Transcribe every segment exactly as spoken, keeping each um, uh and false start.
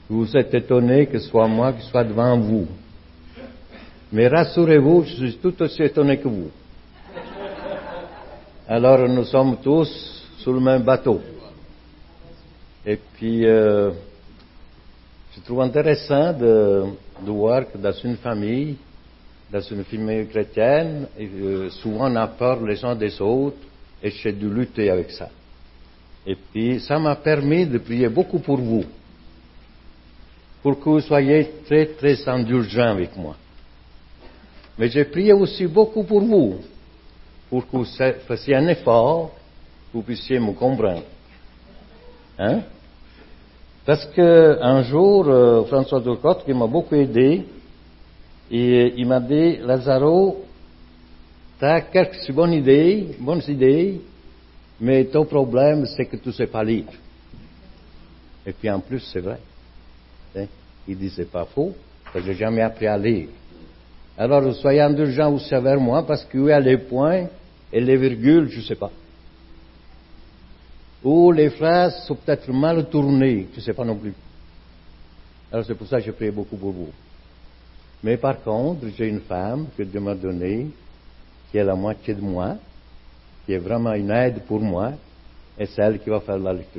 Vous êtes étonné que ce soit moi qui sois devant vous. Mais rassurez-vous, je suis tout aussi étonné que vous. Alors nous sommes tous sur le même bateau. Et puis, euh, je trouve intéressant de, de voir que dans une famille, dans une famille chrétienne, euh, souvent on a peur les uns des autres et j'ai dû lutter avec ça. Et puis, ça m'a permis de prier beaucoup pour vous, pour que vous soyez très, très indulgents avec moi. Mais j'ai prié aussi beaucoup pour vous, pour que vous fassiez un effort, que vous puissiez me comprendre. Hein? Parce que un jour, euh, François Turcotte, qui m'a beaucoup aidé, et il m'a dit, Lazaro, tu as quelques bonnes idées, bonnes idées, mais ton problème, c'est que tu ne sais pas lire. Et puis en plus, c'est vrai. Hein? Il dit, c'est pas faux, parce que j'ai jamais appris à lire. Alors, soyez indulgents aussi envers moi, parce qu'il y a les points et les virgules, je ne sais pas. Ou les phrases sont peut-être mal tournées, je ne sais pas non plus. Alors, c'est pour ça que j'ai prié beaucoup pour vous. Mais par contre, j'ai une femme que Dieu m'a donnée, qui est la moitié de moi, qui est vraiment une aide pour moi, et c'est elle qui va faire la lecture.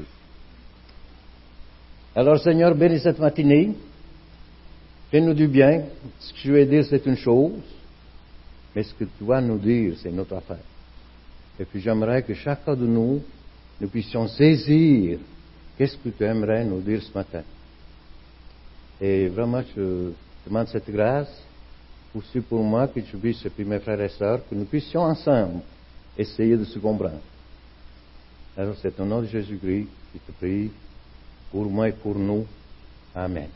Alors, Seigneur, bénis cette matinée, fais-nous du bien. Ce que je vais dire, c'est une chose, mais ce que tu vas nous dire, c'est notre affaire. Et puis, j'aimerais que chacun de nous, nous puissions saisir qu'est-ce que tu aimerais nous dire ce matin. Et vraiment, je demande cette grâce aussi pour moi, que je puisse, et puis mes frères et sœurs, que nous puissions ensemble essayer de se comprendre. Alors, c'est au nom de Jésus-Christ que je te prie, pour moi et pour nous. Amen.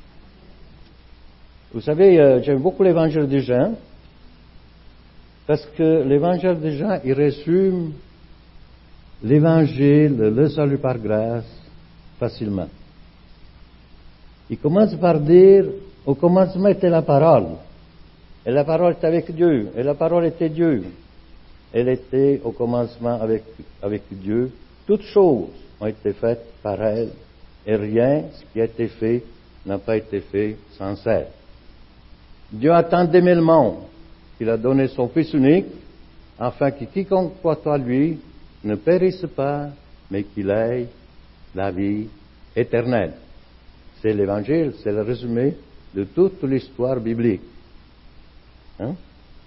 Vous savez, euh, j'aime beaucoup l'évangile de Jean, parce que l'évangile de Jean, il résume l'évangile, le salut par grâce, facilement. Il commence par dire, au commencement était la parole, et la parole était avec Dieu, et la parole était Dieu. Elle était au commencement avec, avec Dieu. Toutes choses ont été faites par elle, et rien, ce qui a été fait, n'a pas été fait sans elle. Dieu a tant aimé le monde qu'il a donné son Fils unique, afin que quiconque croit en lui ne périsse pas, mais qu'il ait la vie éternelle. C'est l'Évangile, c'est le résumé de toute l'histoire biblique. Hein?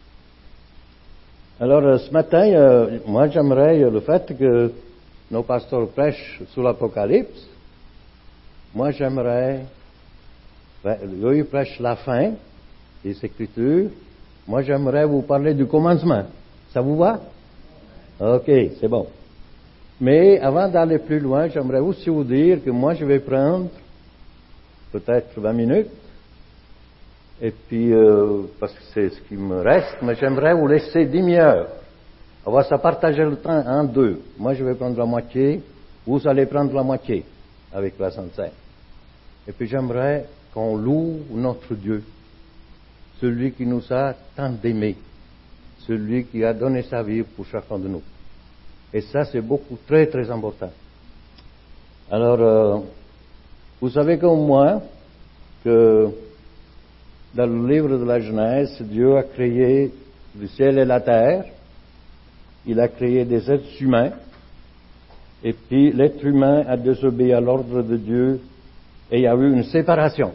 Alors, euh, ce matin, euh, moi j'aimerais euh, le fait que nos pasteurs prêchent sur l'Apocalypse. Moi j'aimerais, ben, eux ils prêchent la fin des Écritures. Moi j'aimerais vous parler du commencement. Ça vous va? Ok, c'est bon. Mais avant d'aller plus loin, j'aimerais aussi vous dire que moi je vais prendre peut-être vingt minutes. Et puis, euh, parce que c'est ce qui me reste, mais j'aimerais vous laisser dix heures. On va se partager le temps en deux. Moi, je vais prendre la moitié, vous allez prendre la moitié avec la Sainte Seine. Et puis, j'aimerais qu'on loue notre Dieu, celui qui nous a tant aimés, celui qui a donné sa vie pour chacun de nous. Et ça, c'est beaucoup, très, très important. Alors, euh, vous savez comme moi que dans le livre de la Genèse, Dieu a créé le ciel et la terre. Il a créé des êtres humains. Et puis l'être humain a désobéi à l'ordre de Dieu et il y a eu une séparation.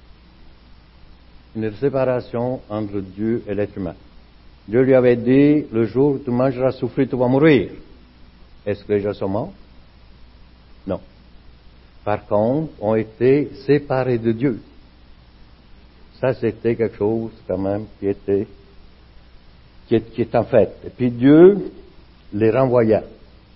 Une séparation entre Dieu et l'être humain. Dieu lui avait dit, le jour où tu mangeras ce fruit, tu vas mourir. Est-ce que les gens sont morts? Non. Par contre, ont été séparés de Dieu. Ça, c'était quelque chose, quand même, qui était, qui est, qui est en fait. Et puis Dieu les renvoya.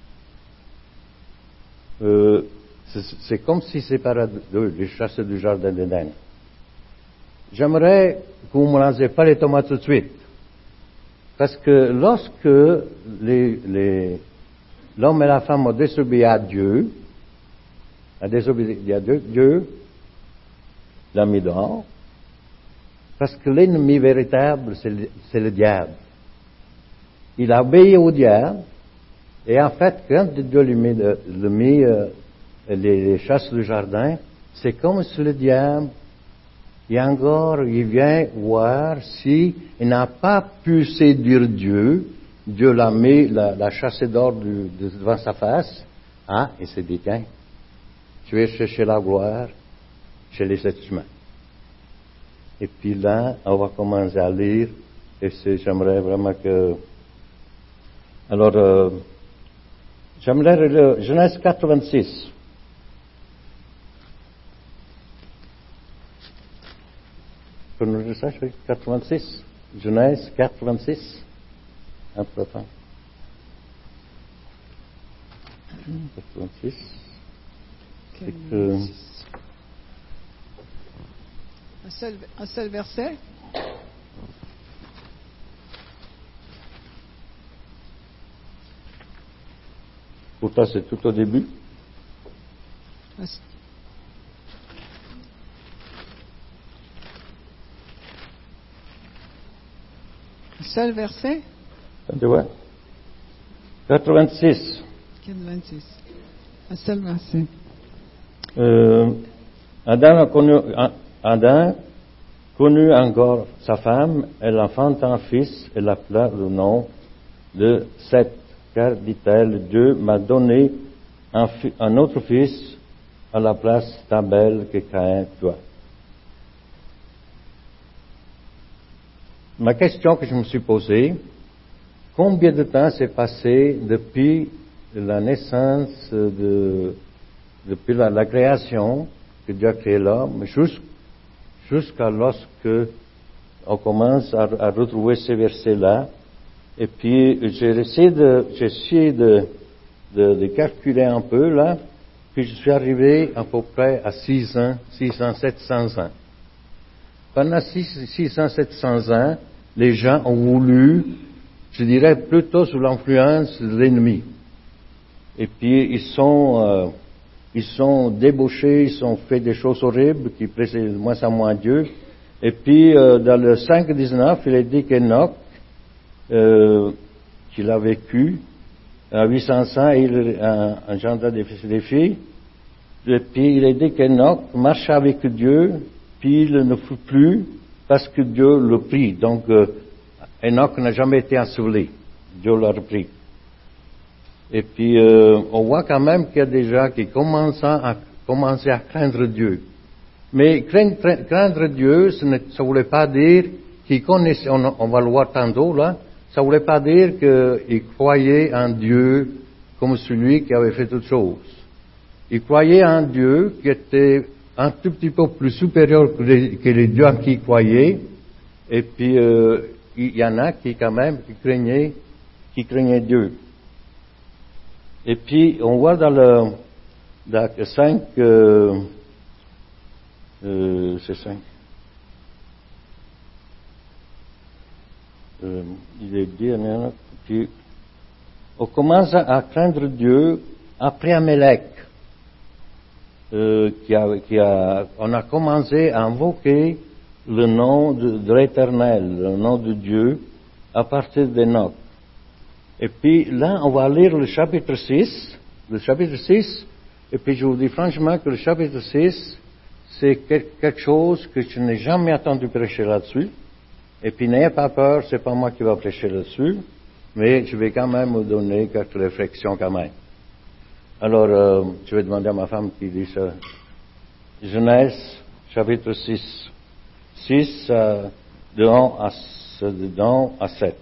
Euh, c'est, c'est comme si séparé d'eux, les chasseurs du jardin d'Éden. J'aimerais que vous ne me lancez pas les tomates tout de suite. Parce que lorsque les, les, l'homme et la femme ont désobéi à Dieu, a désobéi à Dieu, Dieu l'a mis dehors. Parce que l'ennemi véritable, c'est le, c'est le diable. Il a obéi au diable, et en fait, quand Dieu lui mit, le, le mit euh, les, les chasses du jardin, c'est comme si le diable, et encore, il vient voir si il n'a pas pu séduire Dieu, Dieu l'a mis, l'a, l'a chassé d'or du, de, devant sa face, ah, il s'est dit, tiens, tu vas chercher la gloire chez les êtres humains. Et puis là, on va commencer à lire, et c'est, j'aimerais vraiment que... Alors, euh, j'aimerais lire Genèse quatre-vingt-six. Tu peux nous dire ça, quatre-vingt-six? Genèse quatre-vingt-six. Un peu de temps. quatre-vingt-six. C'est que... Un seul, un seul verset? Pourtant, c'est tout au début. Un seul verset? Tu vois? quatre-vingt-six. quatre-vingt-six. Un seul verset. Euh, Adam a connu, Adam connut encore sa femme, elle enfanta un fils, elle appela le nom de Seth, car, dit-elle, Dieu m'a donné un, fi, un autre fils à la place d'Abel que Caïn tua. Ma question que je me suis posée, combien de temps s'est passé depuis la naissance, de, depuis la, la création que Dieu a créé l'homme, jusqu'à lorsque on commence à, à retrouver ces versets-là. Et puis j'ai essayé de, j'ai essayé de, de, de calculer un peu là, puis je suis arrivé à peu près à six ans, six cents, sept cents ans. Pendant six cents, sept cents ans, les gens ont voulu, je dirais plutôt sous l'influence de l'ennemi. Et puis ils sont, euh, ils sont débauchés, ils ont fait des choses horribles qui plaisaient de moins en moins à Dieu. Et puis euh, dans le cinq dix-neuf, il est dit qu'Enoch, euh, qu'il a vécu à huit cents ans, et il a engendré des fils et des filles. Et puis il est dit qu'Enoch marcha avec Dieu, puis il ne fut plus parce que Dieu le prit. Donc euh, Enoch n'a jamais été enseveli, Dieu l'a repris. Et puis euh, on voit quand même qu'il y a des gens qui commencent à, commencent à craindre Dieu. Mais craindre, craindre Dieu, ça ne ça voulait pas dire qu'ils connaissaient, on, on va le voir tantôt là, ça voulait pas dire qu'ils croyaient en Dieu comme celui qui avait fait toutes choses. Ils croyaient en Dieu qui était un tout petit peu plus supérieur que les, que les dieux en qui ils croyaient. Et puis euh, il y en a qui quand même qui craignaient, qui craignaient Dieu. Et puis on voit dans le dans le cinq, euh, euh, c'est cinq. Euh, il est dit, puis on commence à craindre Dieu après Amélec, euh, qui a, qui a, on a commencé à invoquer le nom de, de l'Éternel, le nom de Dieu, à partir d'Enoch. Et puis là, on va lire le chapitre six, le chapitre six, et puis je vous dis franchement que le chapitre six, c'est quelque chose que je n'ai jamais entendu prêcher là-dessus. Et puis n'ayez pas peur, c'est pas moi qui va prêcher là-dessus, mais je vais quand même vous donner quelques réflexions quand même. Alors, euh, je vais demander à ma femme qui dit ça. Genèse, chapitre six. six, euh, de un à, de un à sept.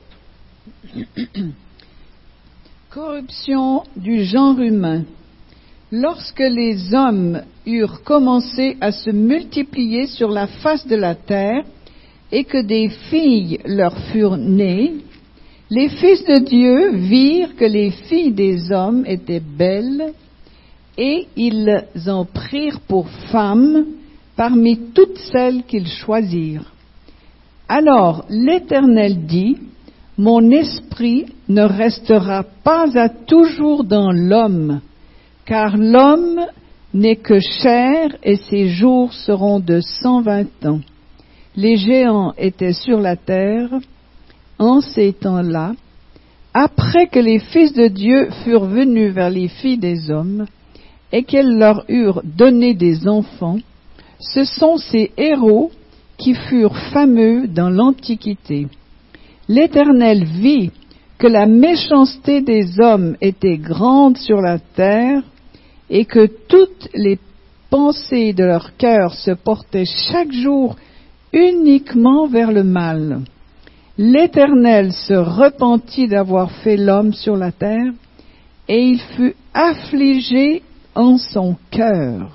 Corruption du genre humain. Lorsque les hommes eurent commencé à se multiplier sur la face de la terre, et que des filles leur furent nées, les fils de Dieu virent que les filles des hommes étaient belles, et ils en prirent pour femmes parmi toutes celles qu'ils choisirent. Alors l'Éternel dit, « Mon esprit ne restera pas à toujours dans l'homme, car l'homme n'est que chair et ses jours seront de cent vingt ans. » Les géants étaient sur la terre en ces temps-là, après que les fils de Dieu furent venus vers les filles des hommes et qu'elles leur eurent donné des enfants, Ce sont ces héros qui furent fameux dans l'Antiquité. L'Éternel vit que la méchanceté des hommes était grande sur la terre et que toutes les pensées de leur cœur se portaient chaque jour uniquement vers le mal. L'Éternel se repentit d'avoir fait l'homme sur la terre et il fut affligé en son cœur.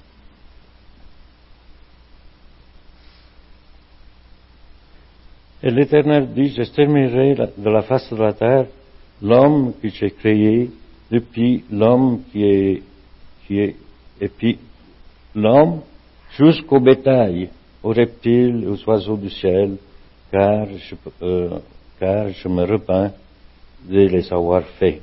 Et l'Éternel dit, j'exterminerai de la face de la terre l'homme que j'ai créé, depuis l'homme qui est, qui est, et puis l'homme jusqu'au bétail, aux reptiles, aux oiseaux du ciel, car je, euh, car je me repens de les avoir faits.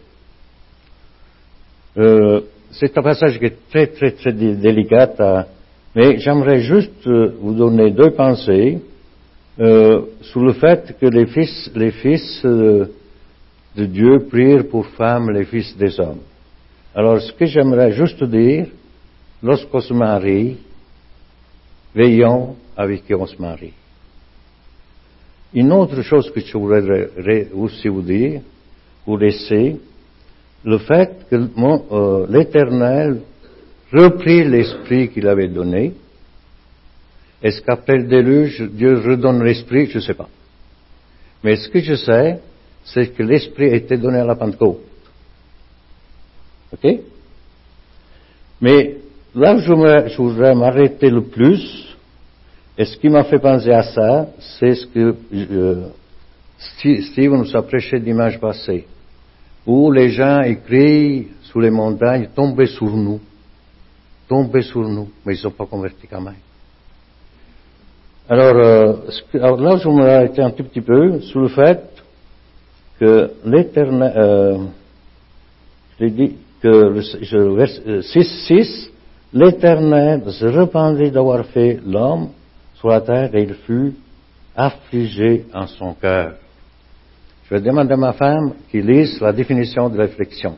Euh, c'est un passage qui est très, très, très délicat, à, mais j'aimerais juste vous donner deux pensées. Euh, sur le fait que les fils, les fils euh, de Dieu prirent pour femmes les fils des hommes. Alors, ce que j'aimerais juste dire, lorsqu'on se marie, veillons avec qui on se marie. Une autre chose que je voudrais aussi vous dire, vous laisser, le fait que mon, euh, l'Éternel reprit l'esprit qu'il avait donné. Est-ce qu'après le déluge, Dieu redonne l'esprit? Je ne sais pas. Mais ce que je sais, c'est que l'esprit a été donné à la Pentecôte. Ok? Mais là où je, me, je voudrais m'arrêter le plus, et ce qui m'a fait penser à ça, c'est ce que euh, Steve nous a prêché dimanche passé, où les gens écrivent sous les montagnes, tombez sur nous, tombez sur nous, mais ils ne sont pas convertis quand même. Alors, euh, alors là, je me arrêter un tout petit peu sur le fait que l'Éternel, euh, je l'ai dit que le, je, le verset six six, l'Éternel se repentit d'avoir fait l'homme sur la terre et il fut affligé en son cœur. Je vais demander à ma femme qu'il lise la définition de l'affliction.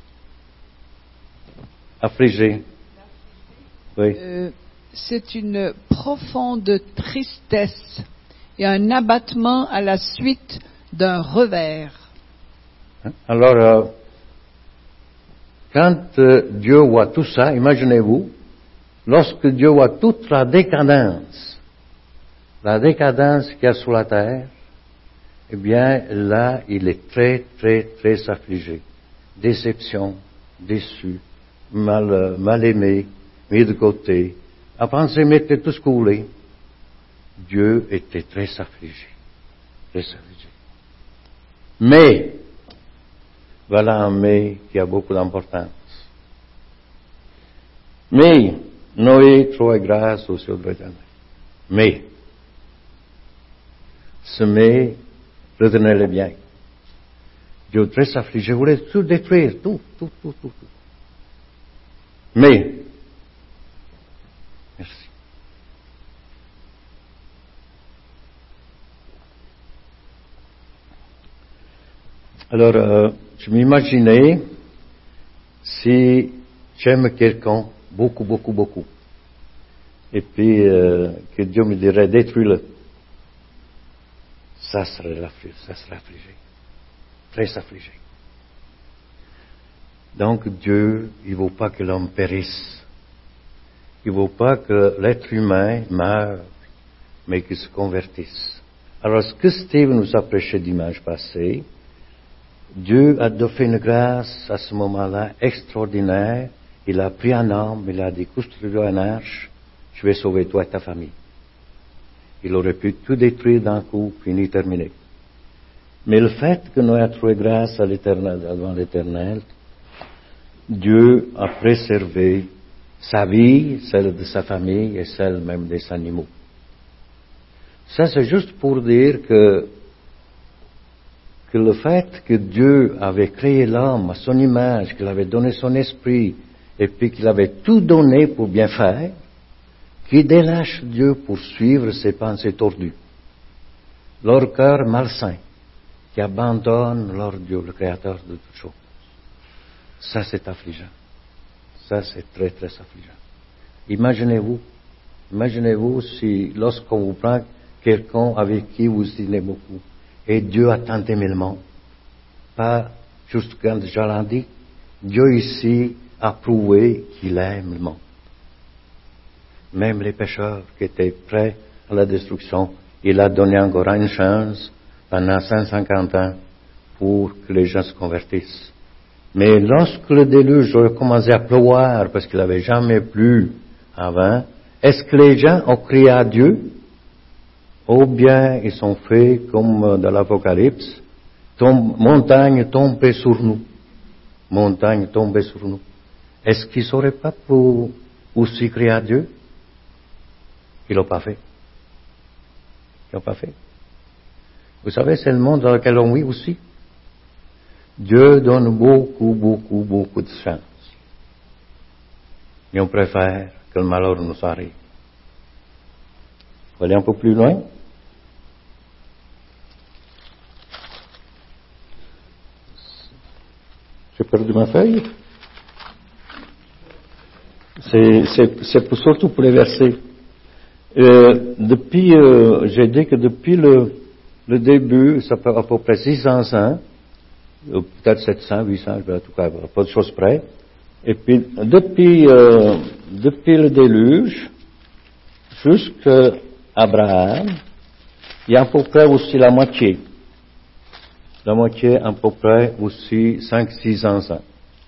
Affligé. Oui. Euh, c'est une profonde tristesse et un abattement à la suite d'un revers. Alors, euh, quand euh, Dieu voit tout ça, imaginez-vous, lorsque Dieu voit toute la décadence, la décadence qu'il y a sur la terre, eh bien, là, il est très, très, très affligé. Déception, déçu, mal, euh, mal aimé, mis de côté. À penser, mettez tout ce que vous voulez. Dieu était très affligé. Très affligé. Mais, voilà un mais qui a beaucoup d'importance. Mais, Noé trouvait grâce aux yeux de l'Éternel. Mais, ce mais, retenez-le bien. Dieu très affligé, voulait tout détruire, tout, tout, tout, tout, tout. Mais, merci. Alors, euh, je m'imaginais si j'aime quelqu'un beaucoup, beaucoup, beaucoup, et puis euh, que Dieu me dirait détruis-le, ça serait ça serait affligé, très affligé. Donc Dieu, il ne veut pas que l'homme périsse, il ne veut pas que l'être humain meure, mais qu'il se convertisse. Alors, ce que Steve nous a prêché dimanche passé, Dieu a fait une grâce à ce moment-là extraordinaire. Il a pris un homme, il a dit, construis une arche, je vais sauver toi et ta famille. Il aurait pu tout détruire d'un coup, fini, terminé. Mais le fait que Noé a trouvé grâce à l'Éternel, devant l'Éternel, Dieu a préservé sa vie, celle de sa famille et celle même des animaux. Ça, c'est juste pour dire que que le fait que Dieu avait créé l'homme à son image, qu'il avait donné son esprit, et puis qu'il avait tout donné pour bien faire, qui délâche Dieu pour suivre ses pensées tordues, leur cœur malsain, qui abandonne leur Dieu, le Créateur de toutes choses. Ça, c'est affligeant. Ça, c'est très, très affligeant. Imaginez-vous Imaginez-vous si, lorsqu'on vous prend quelqu'un avec qui vous aimez beaucoup, et Dieu a tant aimé le monde, pas juste quand je l'ai dit, Dieu ici a prouvé qu'il aime le monde. Même les pécheurs qui étaient prêts à la destruction, il a donné encore une chance pendant cent cinquante ans pour que les gens se convertissent. Mais lorsque le déluge a commencé à pleuvoir, parce qu'il n'avait jamais plu avant, est-ce que les gens ont crié à Dieu? Ou bien ils sont faits comme dans l'Apocalypse, tombe, montagne tombée sur nous. Montagne tombée sur nous. Est-ce qu'ils n'auraient pas pour aussi crier à Dieu? Ils l'ont pas fait. Ils l'ont pas fait. Vous savez, c'est le monde dans lequel on vit aussi. Dieu donne beaucoup, beaucoup, beaucoup de chance. Et on préfère que le malheur nous arrive. Vous allez un peu plus loin? J'ai perdu ma feuille. C'est, c'est, c'est pour, surtout pour les versets. Euh, depuis, euh, j'ai dit que depuis le, le début, ça fait à peu près six cents ans, peut-être sept cents, huit cents, en tout cas, pas de choses près. Et puis, depuis, euh, depuis le déluge, jusqu'à Abraham, il y a à peu près aussi la moitié. La moitié, à peu près aussi cinq, six cents ans.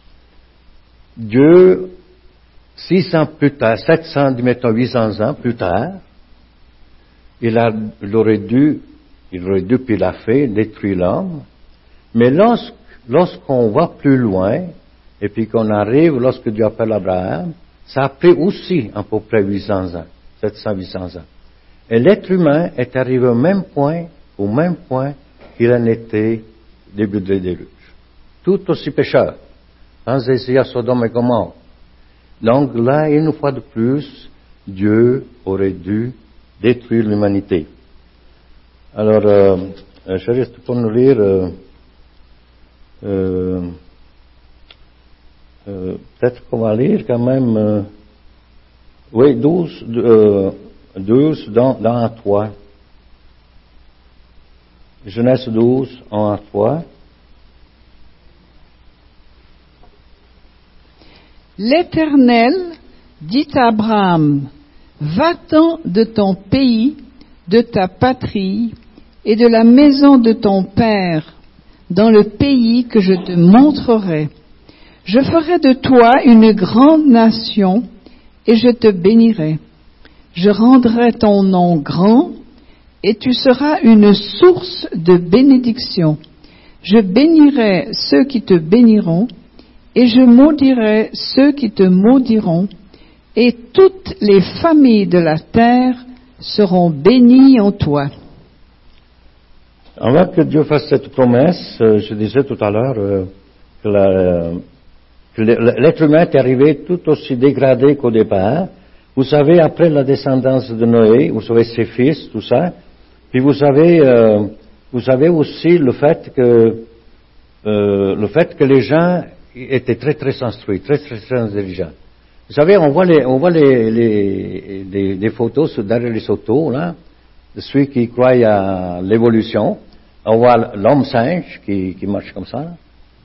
Dieu, six cents plus tard, sept cents, mettons huit cents ans plus tard, il, a, il aurait dû, il aurait dû, puis il a fait, détruire l'homme. Mais lorsque, lorsqu'on va plus loin, et puis qu'on arrive, lorsque Dieu appelle Abraham, ça a pris aussi à peu près huit cents ans, sept cents, huit cents ans. Et l'être humain est arrivé au même point, au même point qu'il en était début du déluge. Tout aussi pécheur. Pensez-y à Sodome et Gomorrhe. Donc là, une fois de plus, Dieu aurait dû détruire l'humanité. Alors, euh, je reste pour nous lire euh, euh, euh, peut-être qu'on va lire quand même euh, oui, douze, euh, douze dans, dans un trois. Genèse douze, un à trois. L'Éternel dit à Abraham, va-t'en de ton pays, de ta patrie et de la maison de ton père, dans le pays que je te montrerai. Je ferai de toi une grande nation et je te bénirai. Je rendrai ton nom grand et tu seras une source de bénédiction. Je bénirai ceux qui te béniront et je maudirai ceux qui te maudiront, et toutes les familles de la terre seront bénies en toi. Avant que Dieu fasse cette promesse, euh, je disais tout à l'heure euh, que, la, euh, que l'être humain est arrivé tout aussi dégradé qu'au départ. Vous savez, après la descendance de Noé, vous savez ses fils, tout ça, puis vous savez, euh, vous savez aussi le fait que euh, le fait que les gens étaient très très instruits, très très, très intelligents. Vous savez, on voit les, on voit les, les, les, les photos derrière les autos, là, de ceux qui croient à l'évolution. On voit l'homme singe qui, qui marche comme ça.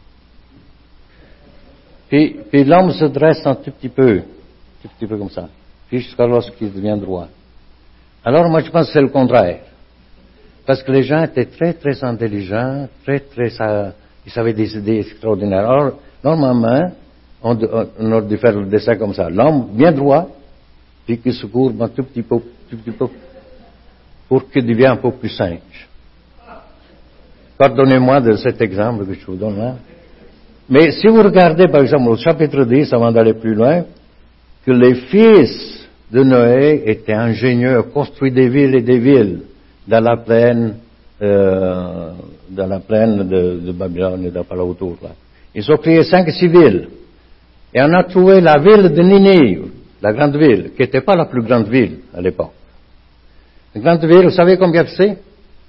Puis, puis l'homme se dresse un tout petit peu, un tout petit peu comme ça, puis jusqu'à lorsqu'il devient droit. Alors moi je pense que c'est le contraire. Parce que les gens étaient très très intelligents, très très, ça, ils avaient des idées extraordinaires. Alors, normalement, on, on aurait dû faire le dessin comme ça. L'homme bien droit, puis qui se courbe un tout petit peu, tout petit peu, pour qu'il devienne un peu plus singe. Pardonnez-moi de cet exemple que je vous donne là. Mais si vous regardez, par exemple, au chapitre dix, avant d'aller plus loin, que les fils de Noé étaient ingénieurs, construit des villes et des villes dans la plaine, euh, dans la plaine de, de Babylone et par là autour, là. Ils ont créé cinq, six villes. Et on a trouvé la ville de Ninive, la grande ville, qui n'était pas la plus grande ville à l'époque. La grande ville, vous savez combien c'est?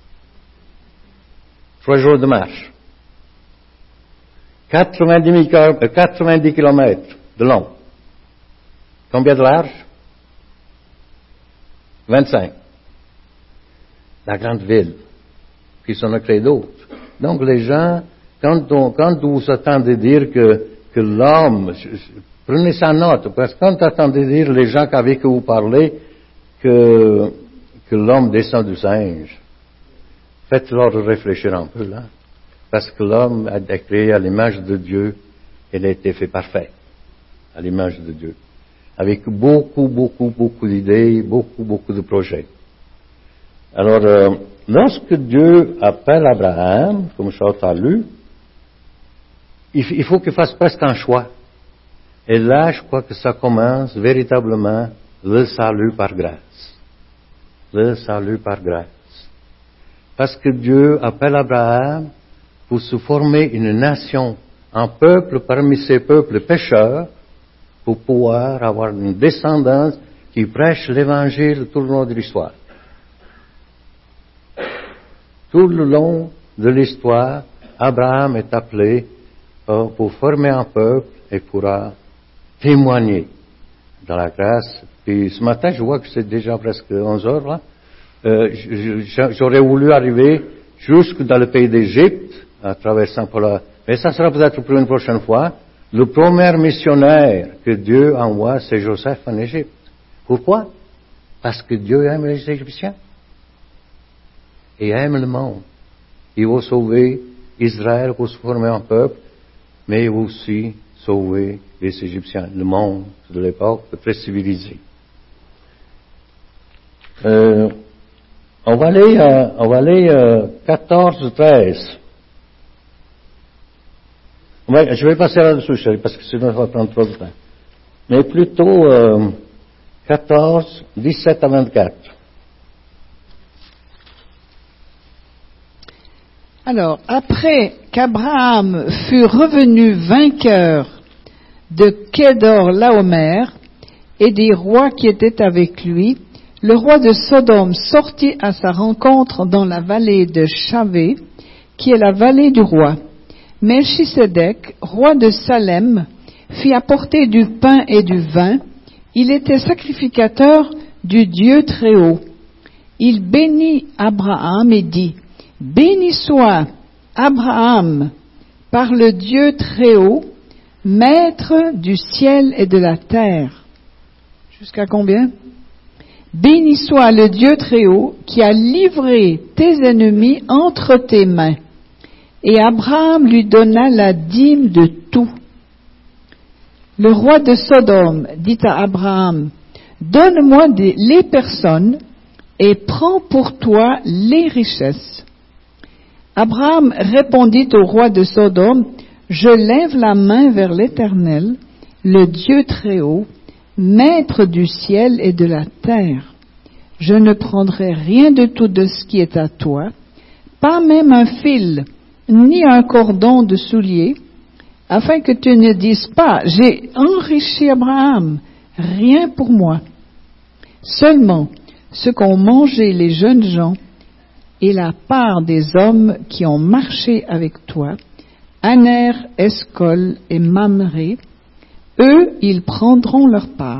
Trois jours de marche. quatre-vingt-dix kilomètres de long. Combien de large? vingt-cinq. La grande ville, qui s'en a créé d'autres. Donc les gens, quand, on, quand vous attendez dire que, que l'homme, prenez ça en note, parce que quand vous attendez dire les gens avec qui vous parlez que, que l'homme descend du singe, faites-leur réfléchir un peu là. Parce que l'homme a été créé à l'image de Dieu, il a été fait parfait, à l'image de Dieu. Avec beaucoup, beaucoup, beaucoup d'idées, beaucoup, beaucoup de projets. Alors, euh, lorsque Dieu appelle Abraham, comme Charles a lu, il, il faut qu'il fasse presque un choix. Et là, je crois que ça commence véritablement le salut par grâce. Le salut par grâce. Parce que Dieu appelle Abraham pour se former une nation, un peuple parmi ces peuples pécheurs, pour pouvoir avoir une descendance qui prêche l'Évangile tout le long de l'histoire. Tout le long de l'histoire, Abraham est appelé pour, pour former un peuple et pourra témoigner dans la grâce. Puis ce matin, je vois que c'est déjà presque onze heures là. Euh, j'aurais voulu arriver jusque dans le pays d'Égypte, à traversant par là. Mais ça sera peut-être pour une prochaine fois. Le premier missionnaire que Dieu envoie, c'est Joseph en Égypte. Pourquoi? Parce que Dieu aime les Égyptiens. Et aime le monde. Il veut sauver Israël pour se former un peuple, mais il veut aussi sauver les Égyptiens, le monde de l'époque très civilisé. Euh, on va aller, euh, on va aller euh, quatorze treize. Ouais, je vais passer là-dessus, chérie, parce que sinon ça va prendre trop de temps. Mais plutôt euh, quatorze, dix-sept à vingt-quatre. Alors, après qu'Abraham fut revenu vainqueur de Kédor Laomer et des rois qui étaient avec lui, le roi de Sodome sortit à sa rencontre dans la vallée de Chavé, qui est la vallée du roi. Melchisédek, roi de Salem, fit apporter du pain et du vin. Il était sacrificateur du Dieu Très-Haut. Il bénit Abraham et dit, « Béni soit Abraham par le Dieu Très-Haut, maître du ciel et de la terre. » Jusqu'à combien? « Béni soit le Dieu Très-Haut qui a livré tes ennemis entre tes mains. » Et Abraham lui donna la dîme de tout. Le roi de Sodome dit à Abraham, « Donne-moi des, les personnes et prends pour toi les richesses. » Abraham répondit au roi de Sodome, « Je lève la main vers l'Éternel, le Dieu Très-Haut, maître du ciel et de la terre. Je ne prendrai rien de tout de ce qui est à toi, pas même un fil, ni un cordon de soulier, afin que tu ne dises pas, j'ai enrichi Abraham, rien pour moi. Seulement ce qu'ont mangé les jeunes gens et la part des hommes qui ont marché avec toi, Aner, Escol et Mamré, eux, ils prendront leur part. »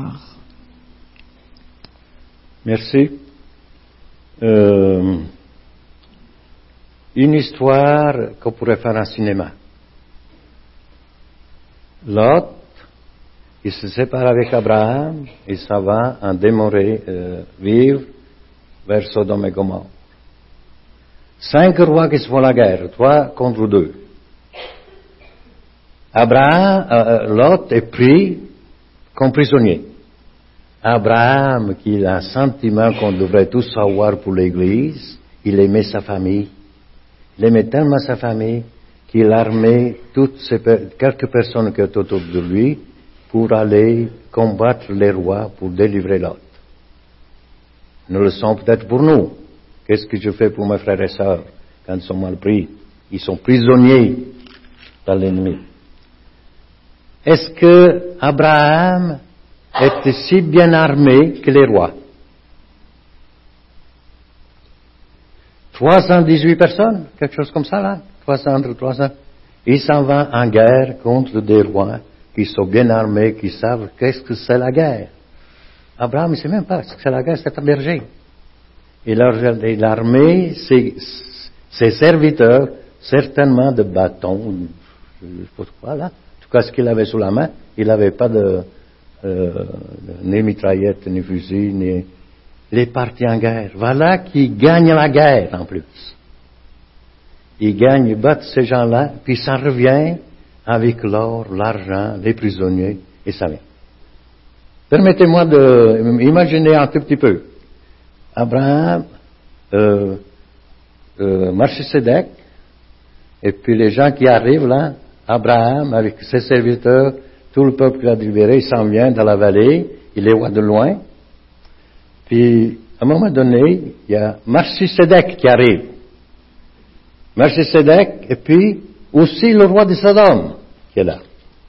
Merci. Euh, une histoire qu'on pourrait faire un cinéma. Lot, il se sépare avec Abraham, il s'en va en demeurer, euh, vivre vers Sodome et Gomorrhe. Cinq rois qui se font la guerre, trois contre deux. Abraham, euh, Lot est pris comme prisonnier. Abraham, qui a un sentiment qu'on devrait tous savoir pour l'Église, il aimait sa famille. Il aimait tellement sa famille qu'il armait toutes ces quelques personnes qui étaient autour de lui pour aller combattre les rois pour délivrer Lot. Nous le sommes peut-être pour nous. Qu'est-ce que je fais pour mes frères et sœurs quand ils sont mal pris? Ils sont prisonniers par l'ennemi. Est-ce que Abraham était si bien armé que les rois? trois cent dix-huit personnes, quelque chose comme ça là, trois cents, trois cents. Il s'en va en guerre contre des rois qui sont bien armés, qui savent qu'est-ce que c'est la guerre. Abraham, il ne sait même pas ce que c'est la guerre, c'est un berger. il a armé ses, ses serviteurs, certainement de bâtons, je ne sais pas quoi là, en tout cas ce qu'il avait sous la main, il n'avait pas de, euh, ni mitraillette, ni fusil, ni... Il est parti en guerre. Voilà qui gagne la guerre en plus. Il gagne, il bat ces gens-là, puis ça revient avec l'or, l'argent, les prisonniers, et ça vient. Permettez-moi d'imaginer un tout petit peu. Abraham, euh, euh, Melchisédek, et puis les gens qui arrivent là, Abraham avec ses serviteurs, tout le peuple qui a libéré, il s'en vient dans la vallée, il les voit de loin. Puis, à un moment donné, il y a Melchisédek qui arrive. Melchisédek, et puis aussi le roi de Sodome qui est là.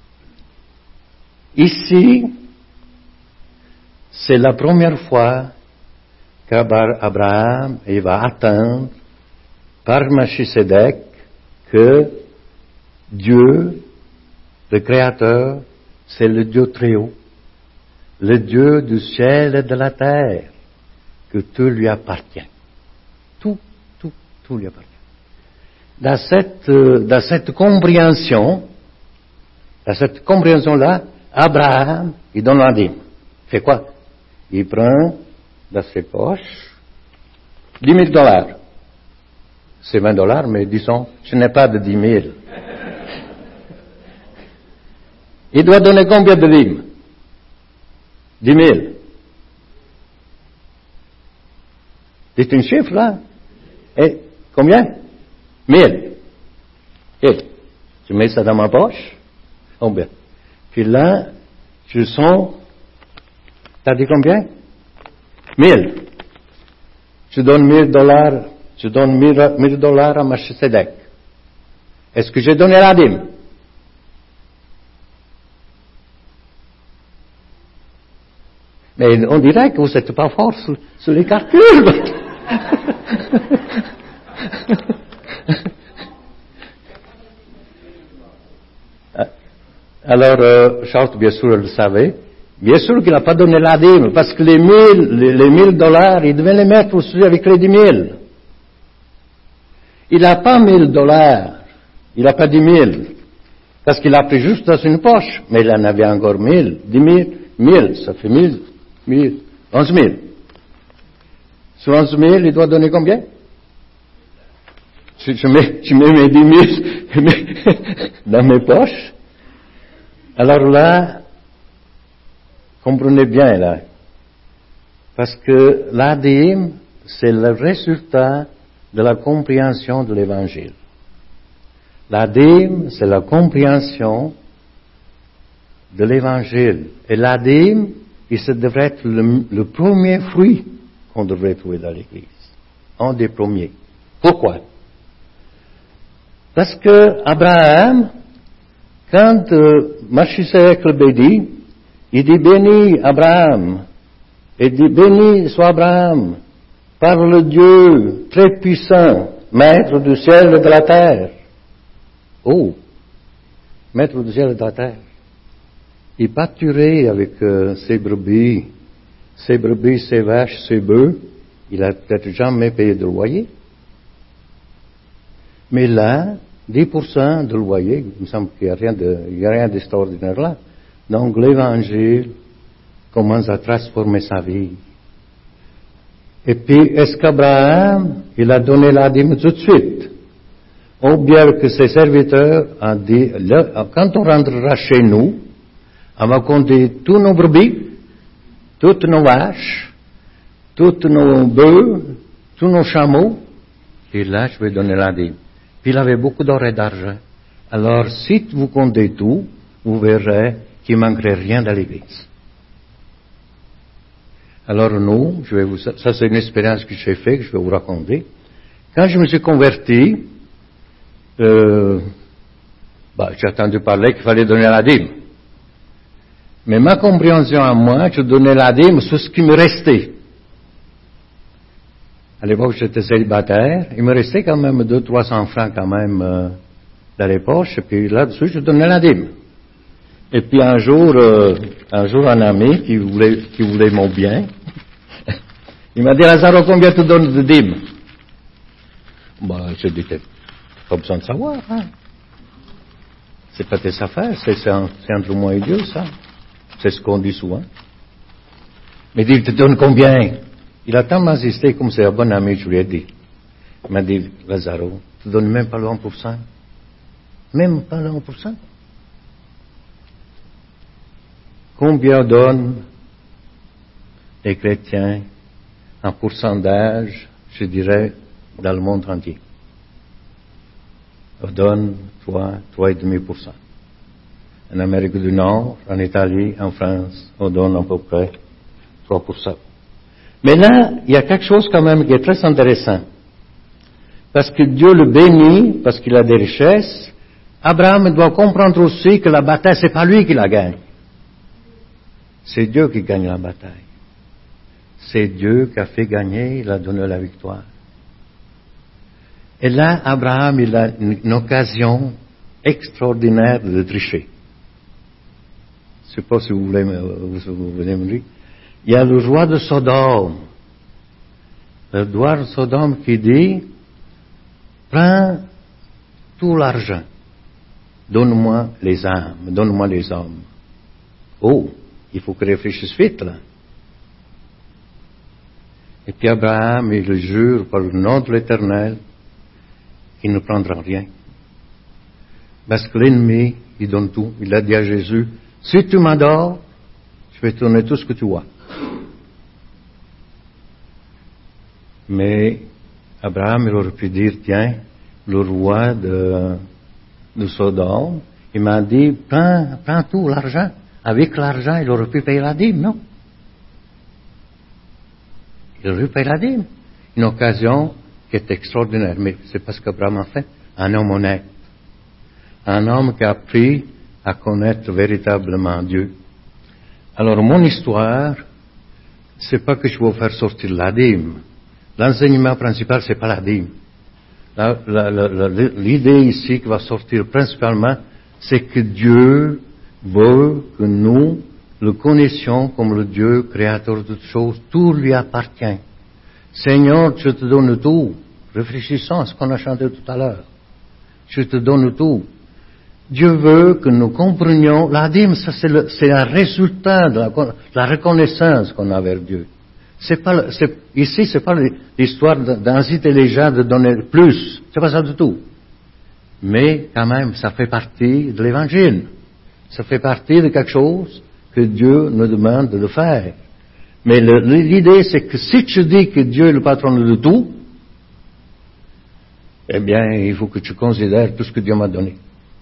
Ici, c'est la première fois qu'Abraham il va atteindre par Melchisédek que Dieu, le Créateur, c'est le Dieu très haut, le Dieu du ciel et de la terre, que tout lui appartient. Tout, tout, tout lui appartient. Dans cette, dans cette compréhension, dans cette compréhension-là, Abraham, il donne la dîme. Il fait quoi? Il prend dans ses poches dix mille dollars. C'est vingt dollars, mais disons, ce n'est pas de dix mille. Il doit donner combien de dîmes? Dix mille. C'est un chiffre, là. Et combien? Mille. Et je mets ça dans ma poche. Combien? Puis là, je sens, t'as dit combien? Mille. Je donne mille dollars, je donne mille, mille dollars à Melchisédek. Est-ce que j'ai donné la dîme? Mais on dirait que vous n'êtes pas fort sur, sur les calculs. Alors, euh, Charles, bien sûr, le savait. Bien sûr qu'il n'a pas donné la dîme, parce que les mille, les, les mille dollars, il devait les mettre aussi avec les dix mille. Il n'a pas mille dollars, il n'a pas dix mille, parce qu'il a pris juste dans une poche, mais il en avait encore mille, dix mille, mille, ça fait mille, mille, onze mille. Sur onze mille, il doit donner combien? Je, je, mets, je mets mes dix mille dans mes poches. Alors là, comprenez bien là, parce que la dîme, c'est le résultat de la compréhension de l'Évangile. La dîme, c'est la compréhension de l'Évangile. Et la dîme, il se devrait être le, le premier fruit qu'on devrait trouver dans l'Église. Un des premiers. Pourquoi? Parce que Abraham, quand euh, Melchisédek le bénit, il dit béni Abraham, il dit béni soit Abraham par le Dieu très puissant, maître du ciel et de la terre. Oh, maître du ciel et de la terre. Il pâturait avec euh, ses brebis, ses brebis, ses vaches, ses bœufs. Il a peut-être jamais payé de loyer. Mais là, dix pour cent de loyer, il me semble qu'il n'y a rien de, il y a rien d'extraordinaire là. Donc l'Évangile commence à transformer sa vie. Et puis, est-ce qu'Abraham, il a donné la dîme tout de suite? Ou bien que ses serviteurs ont dit, là, quand on rentrera chez nous, on va compter tous nos brebis, toutes nos vaches, tous nos bœufs, tous nos chameaux, et là, je vais donner la dîme. Puis il avait beaucoup d'or et d'argent. Alors, si vous comptez tout, vous verrez qu'il ne manquerait rien dans l'Église. Alors nous, je vais vous, ça c'est une expérience que j'ai faite, que je vais vous raconter. Quand je me suis converti, euh, bah, j'ai entendu parler qu'il fallait donner la dîme. Mais ma compréhension à moi, je donnais la dîme sur ce qui me restait. À l'époque, j'étais célibataire. Il me restait quand même deux, trois cents francs quand même euh, dans les poches. Et puis là-dessus, je donnais la dîme. Et puis un jour, euh, un jour, un ami qui voulait, qui voulait mon bien, Il m'a dit, Lazaro, combien tu donnes de dîmes? Bah, je dis, t'as pas besoin de savoir, hein. C'est pas tes affaires, c'est, c'est, c'est entre moi et Dieu, ça. C'est ce qu'on dit souvent. Mais il dit, tu te donnes combien? Il a tellement insisté, comme c'est un bon ami, je lui ai dit. Il m'a dit, Lazaro, tu ne donnes même pas le un pour cent. Même pas le un pour cent. Combien donnent les chrétiens en pourcentage, je dirais, dans le monde entier? On donne trois, trois virgule cinq pour cent. En Amérique du Nord, en Italie, en France, on donne à peu près trois pour cent. Mais là, il y a quelque chose quand même qui est très intéressant. Parce que Dieu le bénit, parce qu'il a des richesses, Abraham doit comprendre aussi que la bataille, c'est pas lui qui la gagne. C'est Dieu qui gagne la bataille. C'est Dieu qui a fait gagner, il a donné la victoire. Et là, Abraham, il a une, une occasion extraordinaire de tricher. Je ne sais pas si vous voulez, vous, vous venez me dire. Il y a le roi de Sodome, le roi de Sodome qui dit, prends tout l'argent, donne-moi les âmes, donne-moi les hommes. Oh, il faut que réfléchisse vite là. Et puis Abraham, il le jure par le nom de l'Éternel, qu'il ne prendra rien. Parce que l'ennemi, il donne tout. Il a dit à Jésus, si tu m'adores, je vais te donner tout ce que tu as. Mais Abraham, il aurait pu dire, tiens, le roi de, de Sodome, il m'a dit, prends, prends tout l'argent. Avec l'argent, il aurait pu payer la dîme, non? Il aurait pu payer la dîme. Une occasion qui est extraordinaire, mais c'est pas ce qu'Abraham a fait. Un homme honnête. Un homme qui a appris à connaître véritablement Dieu. Alors, mon histoire, c'est pas que je veux faire sortir la dîme. L'enseignement principal, c'est pas la dîme. La, la, la, l'idée ici qui va sortir principalement, c'est que Dieu veut que nous le connaissions comme le Dieu créateur de toutes choses. Tout lui appartient. Seigneur, je te donne tout. Réfléchissons à ce qu'on a chanté tout à l'heure. Je te donne tout. Dieu veut que nous comprenions la dîme, ça c'est, le, c'est un résultat de la, de la reconnaissance qu'on a vers Dieu. C'est pas, c'est, ici, c'est pas l'histoire d'inciter les gens de donner plus. C'est pas ça du tout. Mais, quand même, ça fait partie de l'évangile. Ça fait partie de quelque chose que Dieu nous demande de faire. Mais le, l'idée, c'est que si tu dis que Dieu est le patron de tout, eh bien, il faut que tu considères tout ce que Dieu m'a donné.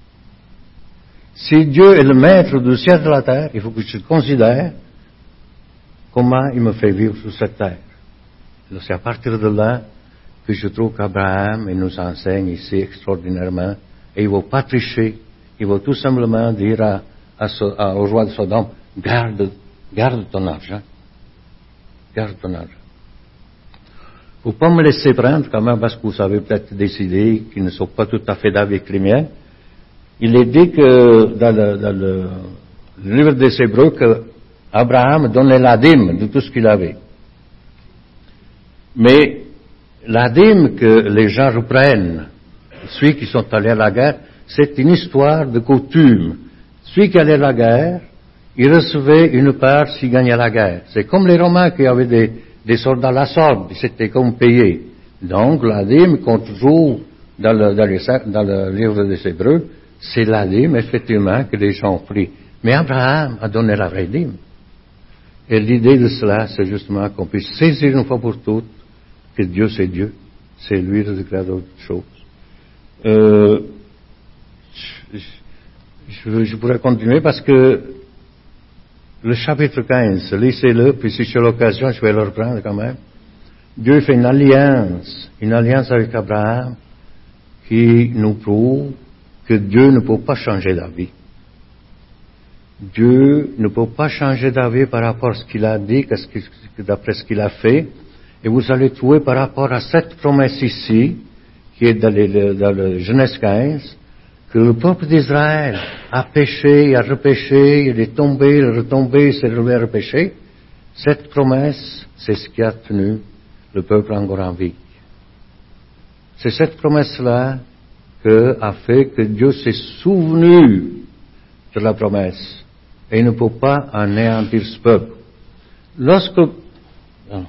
Si Dieu est le maître du ciel et de la terre, il faut que tu considères comment il me fait vivre sur cette terre. Alors, c'est à partir de là que je trouve qu'Abraham, il nous enseigne ici extraordinairement, et il ne va pas tricher, il va tout simplement dire à, à, à, au roi de Sodome, garde, garde ton argent, garde ton argent. Il ne faut pas me laisser prendre quand même, parce que vous avez peut-être des idées qui ne sont pas tout à fait avec les miennes. Il est dit que dans le, dans le, le livre des Hébreux que Abraham donnait la dîme de tout ce qu'il avait. Mais la dîme que les gens reprennent, ceux qui sont allés à la guerre, c'est une histoire de coutume. Celui qui allait à la guerre, il recevait une part s'il gagnait la guerre. C'est comme les Romains qui avaient des, des soldats à la sorte, c'était comme payé. Donc la dîme qu'on trouve dans le, dans, les, dans le livre des Hébreux, c'est la dîme, effectivement, que les gens ont pris. Mais Abraham a donné la vraie dîme. Et l'idée de cela, c'est justement qu'on puisse saisir une fois pour toutes que Dieu, c'est Dieu. C'est lui le créateur de toutes choses. Euh, je, je, je pourrais continuer parce que le chapitre quinze, lisez-le, puis si j'ai l'occasion, je vais le reprendre quand même. Dieu fait une alliance, une alliance avec Abraham qui nous prouve que Dieu ne peut pas changer d'avis. Dieu ne peut pas changer d'avis par rapport à ce qu'il a dit, d'après ce qu'il a fait. Et vous allez trouver par rapport à cette promesse ici, qui est dans le, dans le Genèse quinze, que le peuple d'Israël a péché, a repéché, il est tombé, il est retombé, il s'est repéché. Cette promesse, c'est ce qui a tenu le peuple encore en vie. C'est cette promesse-là qui a fait que Dieu s'est souvenu de la promesse. Et il ne peut pas anéantir ce peuple. Lorsque... Non.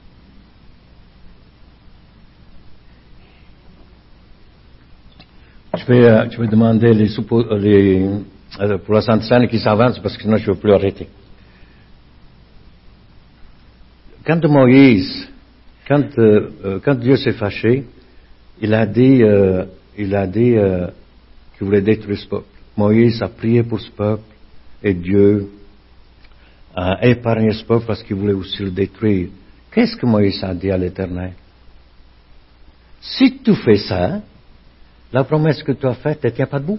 Je vais, euh, je vais demander les, suppo- les, euh, pour la Sainte Seine qui s'avance parce que sinon je ne veux plus arrêter. Quand Moïse, quand, euh, quand Dieu s'est fâché, il a dit, euh, il a dit euh, qu'il voulait détruire ce peuple. Moïse a prié pour ce peuple et Dieu a épargné ce peuple parce qu'il voulait aussi le détruire. Qu'est-ce que Moïse a dit à l'Éternel? Si tu fais ça, la promesse que tu as faite, elle ne tient pas debout.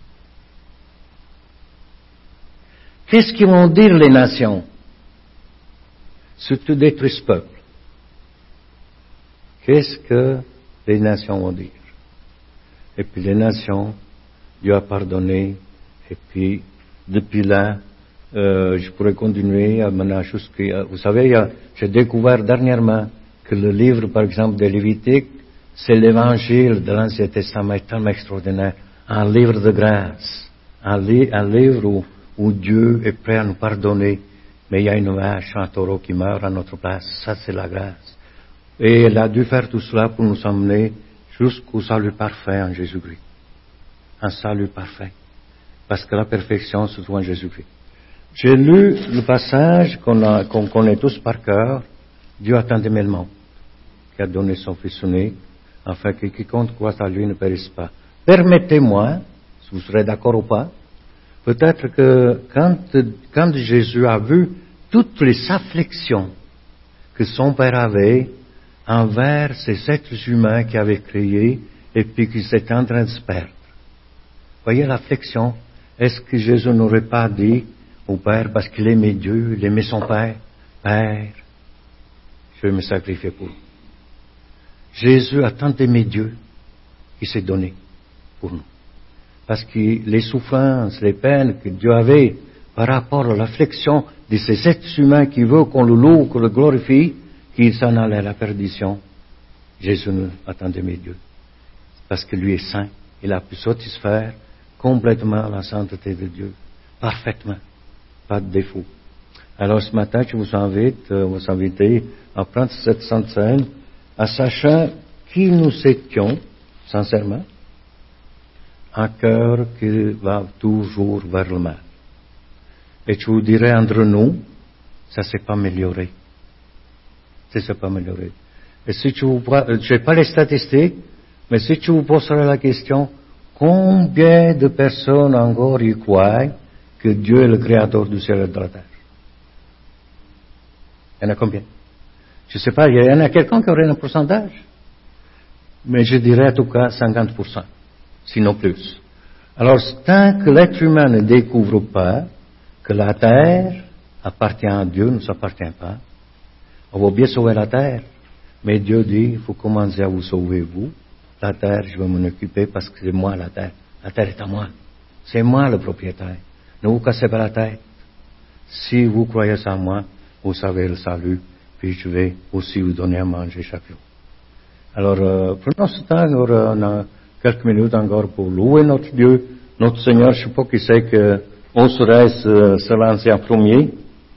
Qu'est-ce qu'ils vont dire les nations si tu détruis ce peuple? Qu'est-ce que les nations vont dire? Et puis les nations, Dieu a pardonné, et puis depuis là, euh, je pourrais continuer à mener jusqu'à... Vous savez, j'ai découvert dernièrement que le livre, par exemple, de Lévitique, c'est l'évangile de l'Ancien Testament, est tellement extraordinaire. Un livre de grâce. Un, li- un livre où, où Dieu est prêt à nous pardonner. Mais il y a une vache, un taureau qui meurt à notre place. Ça, c'est la grâce. Et il a dû faire tout cela pour nous emmener jusqu'au salut parfait en Jésus-Christ. Un salut parfait. Parce que la perfection se trouve en Jésus-Christ. J'ai lu le passage qu'on, a, qu'on connaît tous par cœur. Dieu a tant aimé le monde, qui a donné son Fils unique, afin que quiconque croit à lui ne périsse pas. Permettez-moi, si vous serez d'accord ou pas, peut-être que quand, quand Jésus a vu toutes les afflictions que son Père avait envers ces êtres humains qu'il avait créés et puis qu'ils étaient en train de se perdre. Voyez l'affliction. Est-ce que Jésus n'aurait pas dit au Père, parce qu'il aimait Dieu, il aimait son Père, Père, je vais me sacrifier pour vous. Jésus a tant aimé Dieu qu'il s'est donné pour nous. Parce que les souffrances, les peines que Dieu avait par rapport à l'affliction de ces êtres humains qui veulent qu'on le loue, qu'on le glorifie, qu'ils s'en allaient à la perdition, Jésus a tant aimé Dieu. Parce que lui est saint, il a pu satisfaire complètement la sainteté de Dieu, parfaitement, pas de défaut. Alors ce matin, je vous invite, euh, vous inviter à prendre cette sainte scène, en sachant qui nous étions, sincèrement, un cœur qui va toujours vers le mal. Et je vous dirais, entre nous, ça ne s'est pas amélioré. Ça ne s'est pas amélioré. Et si tu vous, je n'ai pas les statistiques, mais si tu vous poserais la question, combien de personnes encore y croient que Dieu est le créateur du ciel et de la terre? Il y en a combien? Je ne sais pas, il y en a quelqu'un qui aurait un pourcentage. Mais je dirais en tout cas cinquante pour cent, sinon plus. Alors, tant que l'être humain ne découvre pas que la terre appartient à Dieu, ne s'appartient pas, on va bien sauver la terre. Mais Dieu dit, il faut commencer à vous sauver vous. La terre, je vais m'en occuper parce que c'est moi la terre. La terre est à moi. C'est moi le propriétaire. Ne vous cassez pas la tête. Si vous croyez en moi, vous savez le salut, puis je vais aussi vous donner à manger chaque jour. Alors, euh, prenons ce temps, alors, euh, on a quelques minutes encore pour louer notre Dieu, notre Seigneur. Je ne sais pas qui c'est qu'on serait se, se lancer en premier.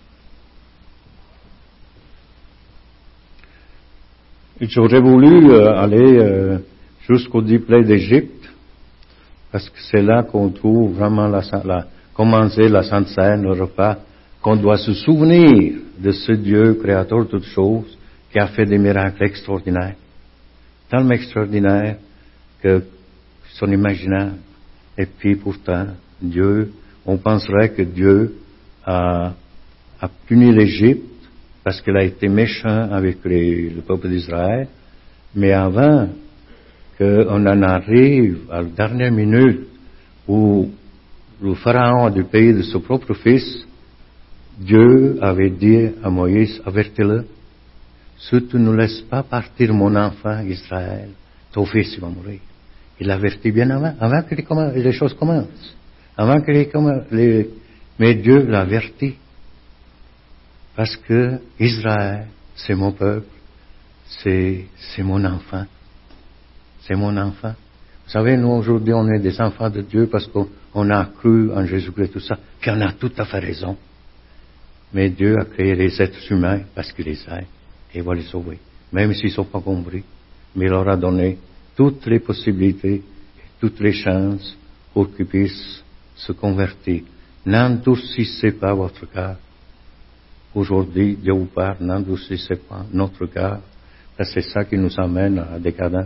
J'aurais voulu euh, aller euh, jusqu'au dix plaies d'Égypte, parce que c'est là qu'on trouve vraiment la, la, commencer la Sainte Seine, le repas, qu'on doit se souvenir de ce Dieu, créateur de toutes choses, qui a fait des miracles extraordinaires, tellement extraordinaires que sont inimaginables. Et puis pourtant, Dieu, on penserait que Dieu a, a puni l'Égypte parce qu'il a été méchant avec les, le peuple d'Israël, mais avant qu'on en arrive à la dernière minute où le pharaon du pays de son propre fils, Dieu avait dit à Moïse, avertis-le, si tu ne laisses pas partir mon enfant Israël, ton fils va mourir. Il l'avertit bien avant, avant que les, les choses commencent. Avant que les, les, mais Dieu l'avertit. Parce que Israël, c'est mon peuple, c'est, c'est mon enfant. C'est mon enfant. Vous savez, nous aujourd'hui, on est des enfants de Dieu parce qu'on on a cru en Jésus-Christ, tout ça, puis on a tout à fait raison. Mais Dieu a créé les êtres humains parce qu'il les aime et il va les sauver, même s'ils ne sont pas compris. Mais il leur a donné toutes les possibilités, toutes les chances pour qu'ils puissent se convertir. N'endurcissez pas votre cœur. Aujourd'hui, Dieu vous parle, n'endurcissez pas notre cœur. C'est ça qui nous amène à la décadence.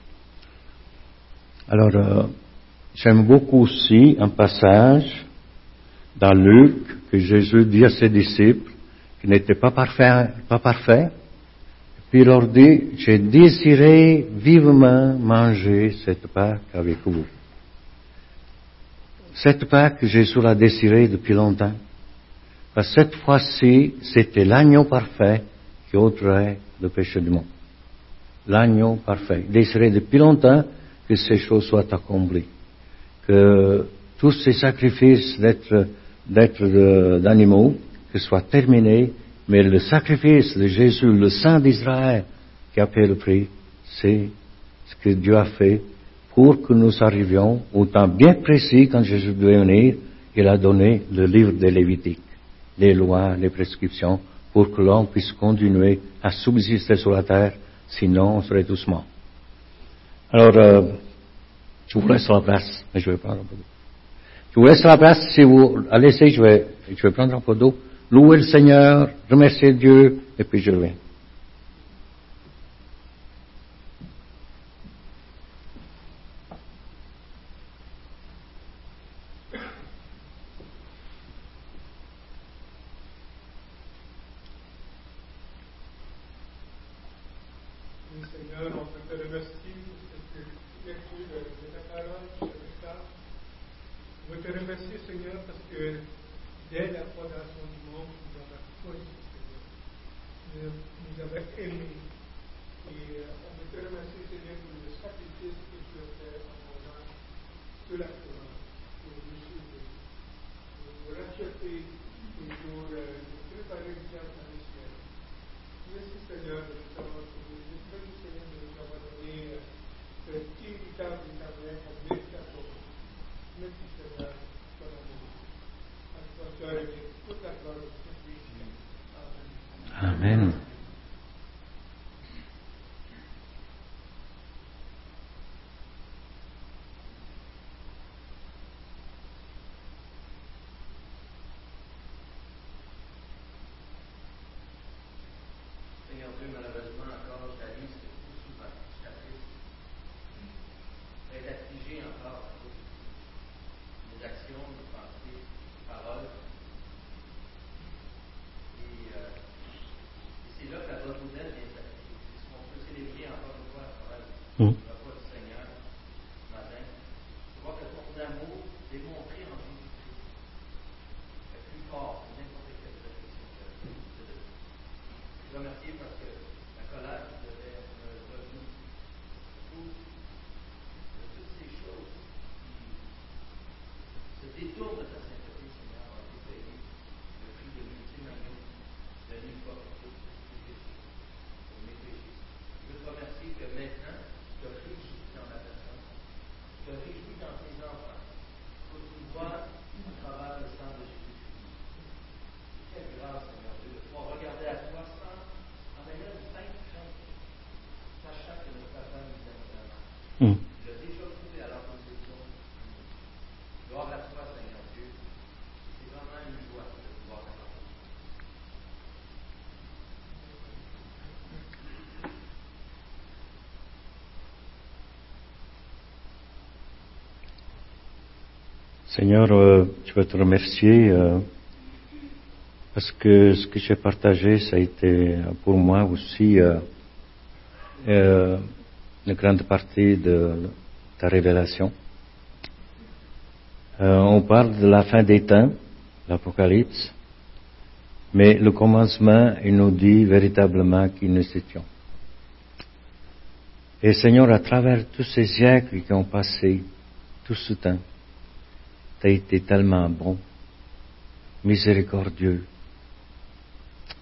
Alors, euh, j'aime beaucoup aussi un passage dans Luc que Jésus dit à ses disciples qui n'étaient pas parfaits, pas parfaits. Puis il leur dit, j'ai désiré vivement manger cette Pâque avec vous. Cette Pâque, Jésus l'a désirée depuis longtemps. Parce que cette fois-ci, c'était l'agneau parfait qui ôterait le péché du monde. L'agneau parfait. Il désirait depuis longtemps que ces choses soient accomplies. Que tous ces sacrifices d'être, d'être de, d'animaux, que soient terminés, mais le sacrifice de Jésus, le sang d'Israël qui a payé le prix, c'est ce que Dieu a fait pour que nous arrivions au temps bien précis quand Jésus devait venir. Il a donné le livre des Lévitiques, les lois, les prescriptions, pour que l'homme puisse continuer à subsister sur la terre, sinon on serait tous morts. Alors, euh, je vous laisse la place, mais je vais prendre un peu d'eau. Je vous laisse la place, si vous laissez, je vais, je vais prendre un peu d'eau, louer le Seigneur, remercier Dieu, et puis je reviens. Seigneur, on te remercie pour cette lecture de ta parole, ce soir. Je te remercie, Seigneur, parce que dès la fondation du monde, nous avons connu, Seigneur. Nous avons aimé. Et on te remercie, Seigneur, pour le sacrifice que tu as fait en mourant sur la croix pour nous sauver, pour nous racheter et pour nous préparer bien dans le ciel. Merci, Seigneur, de nous avoir sauvés. Merci, Seigneur, de nous avoir donné cette irritable éternel comme médiateur. Merci, Seigneur, pour l'amour. À toi, Seigneur, et toute la gloire de Christ. Amen. Amen. Seigneur Dieu, malheureusement, encore, ta vie, c'est trop souvent, je t'apprécie. Tu es affligé encore à cause de nos actions, nos pensées, nos paroles. Et, euh, et c'est là que la bonne nouvelle vient s'appliquer. C'est ce qu'on peut célébrer encore une fois à travers le repas du Seigneur ce matin. De voir que ton amour démontré en Jésus-Christ est plus fort que n'importe quelle réflexion que tu as donné. Je te remercie parce que la colère qui devait être revenue de toutes ces choses qui se détournent de ta sainteté, Seigneur, a été payé le prix de l'ultime agneau, donné une fois pour toutes pour mes péchés. Je te remercie que maintenant, tu te réjouis dans ma personne, tu te réjouis dans tes enfants, pour pouvoir, à travers le sang de Jésus-Christ. Quelle grâce, Seigneur Dieu, de pouvoir regarder à toi sans, en ayant une sainte crainte, sachant que notre papa nous aime vraiment. Mm. Il a déjà prouvé à l'opposition. Gloire à toi, Seigneur Dieu. C'est vraiment une joie de pouvoir t'avoir. Seigneur, euh, je veux te remercier euh, parce que ce que j'ai partagé, ça a été pour moi aussi euh, euh, une grande partie de ta révélation. Euh, on parle de la fin des temps, l'Apocalypse, mais le commencement, il nous dit véritablement qui nous étions. Et Seigneur, à travers tous ces siècles qui ont passé, tout ce temps, tu as été tellement bon, miséricordieux.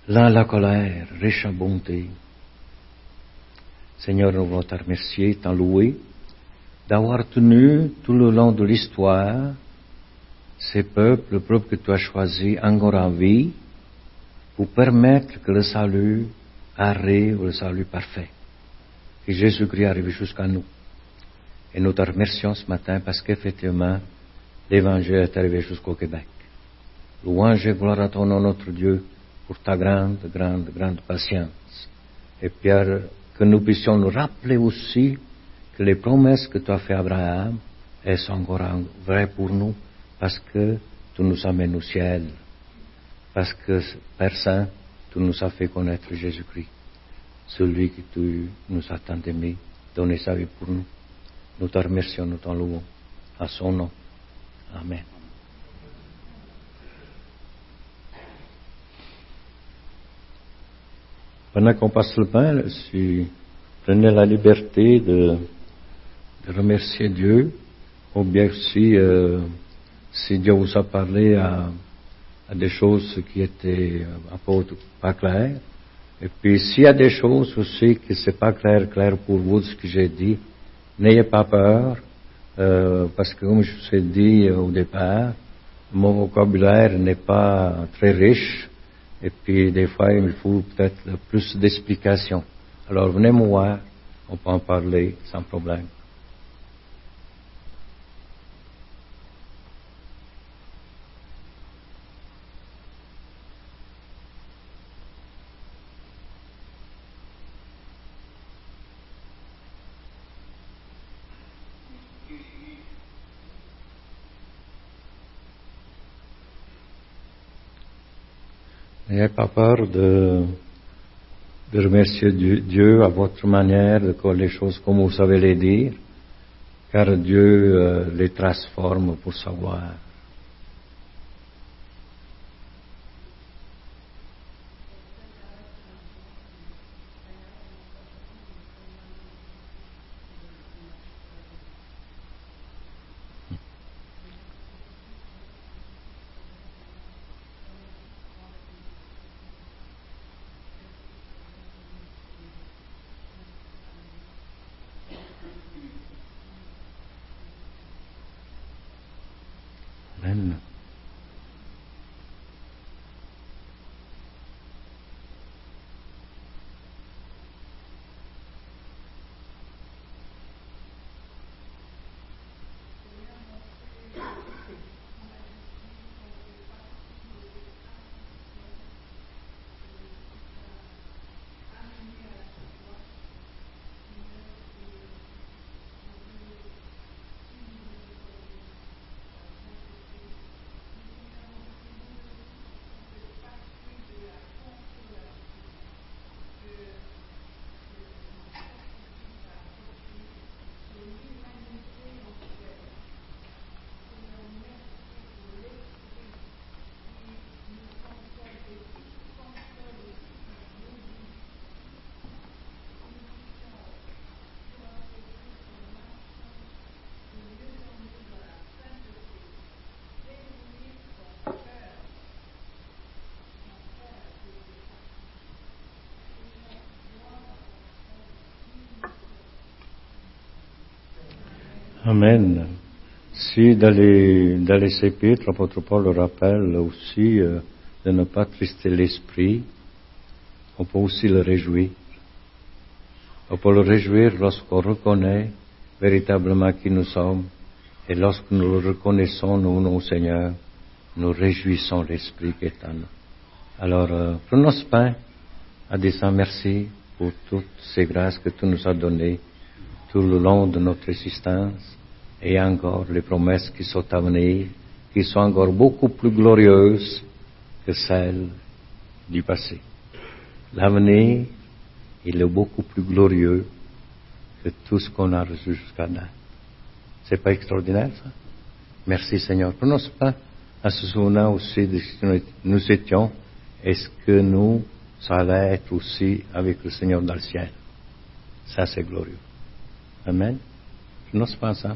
lent à la colère, riche en bonté. Seigneur, nous voulons te remercier, t'en louer, d'avoir tenu tout le long de l'histoire ces peuples, le peuple que tu as choisi, encore en vie, pour permettre que le salut arrive, le salut parfait, que Jésus-Christ arrive jusqu'à nous. Et nous te remercions ce matin parce qu'effectivement, l'Évangile est arrivé jusqu'au Québec. Louange et gloire à ton nom, notre Dieu, pour ta grande, grande, grande patience. Et Pierre, que nous puissions nous rappeler aussi que les promesses que tu as faites à Abraham, elles sont encore vraies pour nous, parce que tu nous amènes au ciel. Parce que, Père Saint, tu nous as fait connaître Jésus-Christ, celui que tu nous as tant aimé, donné sa vie pour nous. Nous te remercions, nous t'en louons. À son nom. Amen. Pendant qu'on passe le pain, si prenez la liberté de, de remercier Dieu, ou bien aussi, euh, si Dieu vous a parlé à, à des choses qui étaient un peu pas claires, et puis s'il y a des choses aussi qui c'est pas clair, clair pour vous ce que j'ai dit, n'ayez pas peur, euh, parce que comme je vous ai dit au départ, mon vocabulaire n'est pas très riche, et puis des fois il faut peut-être plus d'explications. Alors venez me voir, on peut en parler sans problème. N'ayez pas peur de, de remercier Dieu à votre manière, de faire les choses comme vous savez les dire, car Dieu euh, les transforme pour sa gloire. Amen. Amen. Si dans les, dans les épîtres, l'apôtre Paul le rappelle aussi euh, de ne pas trister l'esprit, on peut aussi le réjouir. On peut le réjouir lorsqu'on reconnaît véritablement qui nous sommes, et lorsque nous le reconnaissons, nous, nos Seigneur, nous réjouissons l'esprit qui est en nous. Alors, euh, prenons ce pain en disant merci pour toutes ces grâces que tu nous as données tout le long de notre existence, et encore les promesses qui sont à venir, qui sont encore beaucoup plus glorieuses que celles du passé. L'avenir, il est beaucoup plus glorieux que tout ce qu'on a reçu jusqu'à maintenant. C'est pas extraordinaire, ça? Merci Seigneur. Prenons ce pain en se souvenant aussi de ce que nous étions, et ce que nous, ça allait être aussi avec le Seigneur dans le ciel. Ça, c'est glorieux. Amen. Prenons ce pain ensemble.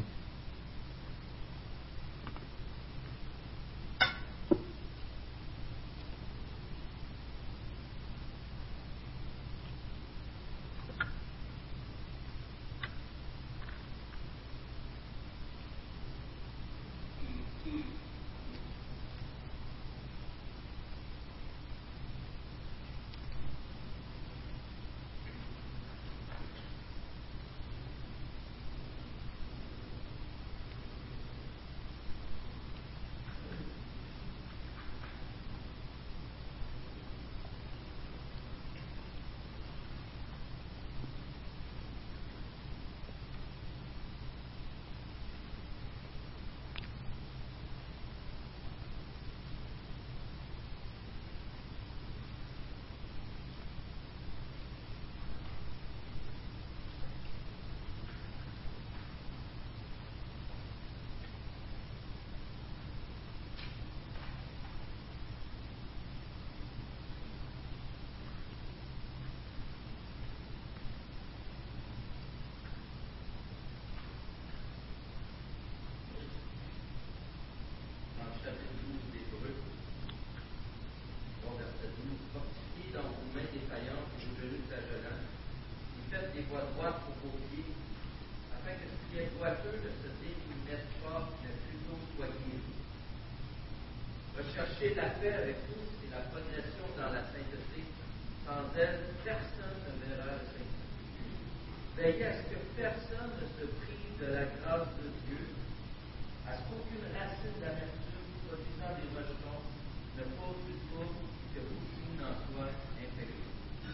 faites des voies droites pour vos pieds, afin que ce qui est boiteux ne se délimite pas, mais plutôt soit guéri. Recherchez la paix avec tous et la progression dans la sainteté. Sans elle, personne ne verra le Seigneur. Veillez à ce que personne ne se prive de la grâce de Dieu, à ce qu'aucune racine d'amertume produisant des rejetons ne pose du trouble que aucune en soit infectée.